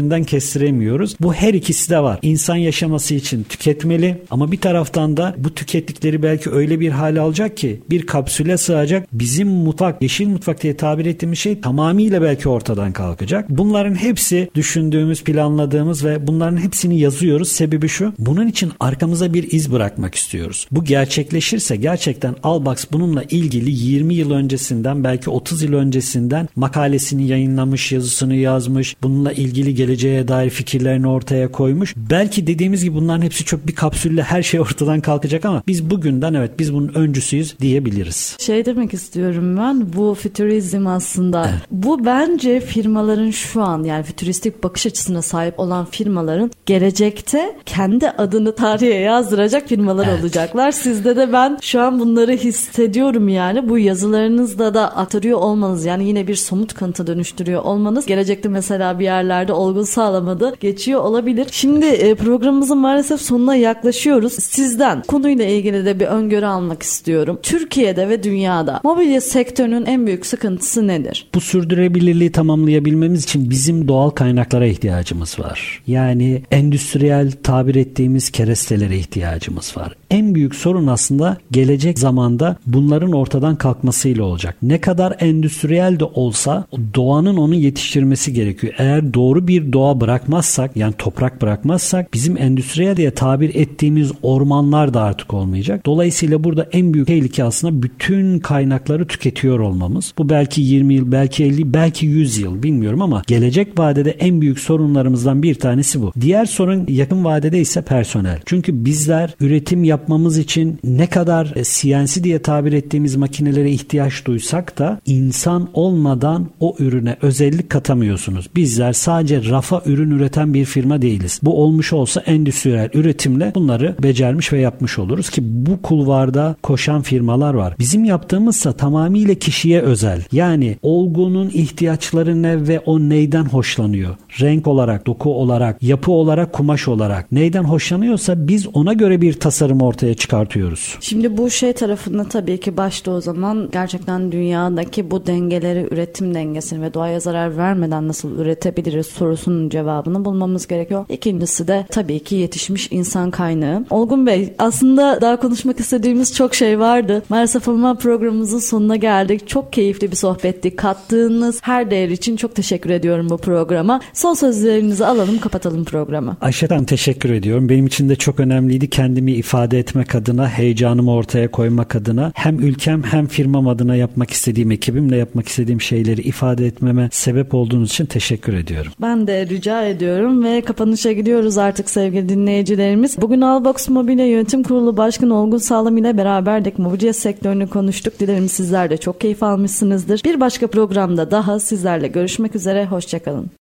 kestiremiyoruz. Bu her ikisi de var. İnsan yaşaması için tüketmeli ama bir taraftan da bu tükettikleri belki öyle bir hale alacak ki bir kapsüle sığacak. Bizim mutfak, yeşil mutfak diye tabir ettiğimiz şey tamamıyla belki ortadan kalkacak. Bunların hepsi düşündüğümüz, planladığımız ve bunların hepsini yazıyoruz. Sebebi şu, bunun için arkamıza bir iz bırakmak istiyoruz. Bu gerçekleşirse gerçekten Albox bununla ilgili yirmi yıl öncesinden, belki otuz yıl öncesinden makalesini yayınlamış, yazısını yazmış, bununla ilgili geleceğe dair fikirlerini ortaya koymuş. Belki dediğimiz gibi bunların hepsi çok bir kapsülle her şey ortadan kalkacak ama biz bugünden evet biz bunun öncüsüyüz diyebiliriz. Şey demek istiyorum ben, bu fütürizm aslında. Evet. Bu bence firmaların şu an, yani fütüristik bakış açısına sahip olan firmaların gelecekte kendi adını tarihe yazdıracak firmalar evet. olacaklar. Sizde de ben şu an bunları hissediyorum yani. Bu yazılarınızda da aktarıyor olmanız, yani yine bir somut kanıta dönüştürüyor olmanız gelecekte mesela bir yerlerde olgun sağlamada geçiyor olabilir. Şimdi e, programımızın maalesef sonuna yaklaşıyoruz. Sizden konuyla ilgili de bir öngörü almak istiyorum. Türkiye'de ve dünyada mobilya sektörünün en büyük sıkıntısı nedir? Bu sürdürülebilirliği tamamlayabilmemiz için bizim doğal kaynaklara ihtiyacımız var. Yani endüstriyel tabir ettiğimiz kerestelere ihtiyacımız var. En büyük sorun aslında gelecek zamanda bunların ortadan kalkmasıyla olacak. Ne kadar endüstriyel de olsa doğanın onu yetiştirmesi gerekiyor. Eğer doğru bir doğa bırakmazsak, yani toprak bırakmazsak bizim endüstriyel diye tabir ettiğimiz ormanlar da artık olmayacak. Dolayısıyla burada en büyük tehlike aslında bütün kaynakları tüketiyor olmamız. Bu belki yirmi yıl, belki elli, belki yüz yıl bilmiyorum ama gelecek vadede en büyük sorunlarımızdan bir tanesi bu. Diğer sorun yakın vadede ise personel. Çünkü bizler üretim yapmamız için ne kadar C N C diye tabir ettiğimiz makinelere ihtiyaç duysak da insan olmadan o ürüne özellik katamıyorsunuz. Bizler sadece rafa ürün üreten bir firma değiliz. Bu olmuş olsa endüstriyel üretimle bunları becermiş ve yapmış oluruz ki bu kulvarda koşan firmalar var. Bizim yaptığımızsa tamamıyla kişiye özel. Yani olgunun ihtiyaçları ne ve o neyden hoşlanıyor? Renk olarak, doku olarak, yapı olarak, kumaş olarak neyden hoşlanıyorsa biz ona göre bir tasarım ortaya çıkartıyoruz. Şimdi bu şey tarafında tabii ki başta o zaman gerçekten dünyadaki bu dengeleri, üretim dengesini ve doğaya zarar vermeden nasıl üretebiliriz sorusunun cevabını bulmamız gerekiyor. İkincisi de tabii ki yetişmiş insan kaynağı. Olgun Bey, aslında daha konuşmak istediğimiz çok şey vardı. Maalesef ama programımızın sonuna geldik. Çok keyifli bir sohbetti. Kattığınız her değer için çok teşekkür ediyorum bu programa. Son sözlerinizi alalım, kapatalım programı. Ayşe Hanım, teşekkür ediyorum. Benim için de çok önemliydi. Kendimi ifade etmek adına, heyecanımı ortaya koymak adına, hem ülkem hem firmam adına yapmak istediğim, ekibimle yapmak istediğim şeyleri ifade etmeme sebep olduğunuz için teşekkür ediyorum. Ben de rica ediyorum ve kapanışa gidiyoruz artık sevgili dinleyicilerimiz. Bugün Albox Mobilya Yönetim Kurulu Başkanı Olgun Sağlam ile beraberdik. Mobilya sektörünü konuştuk. Dilerim sizler de çok keyif almışsınızdır. Bir başka programda daha sizlerle görüşmek üzere. Hoşçakalın.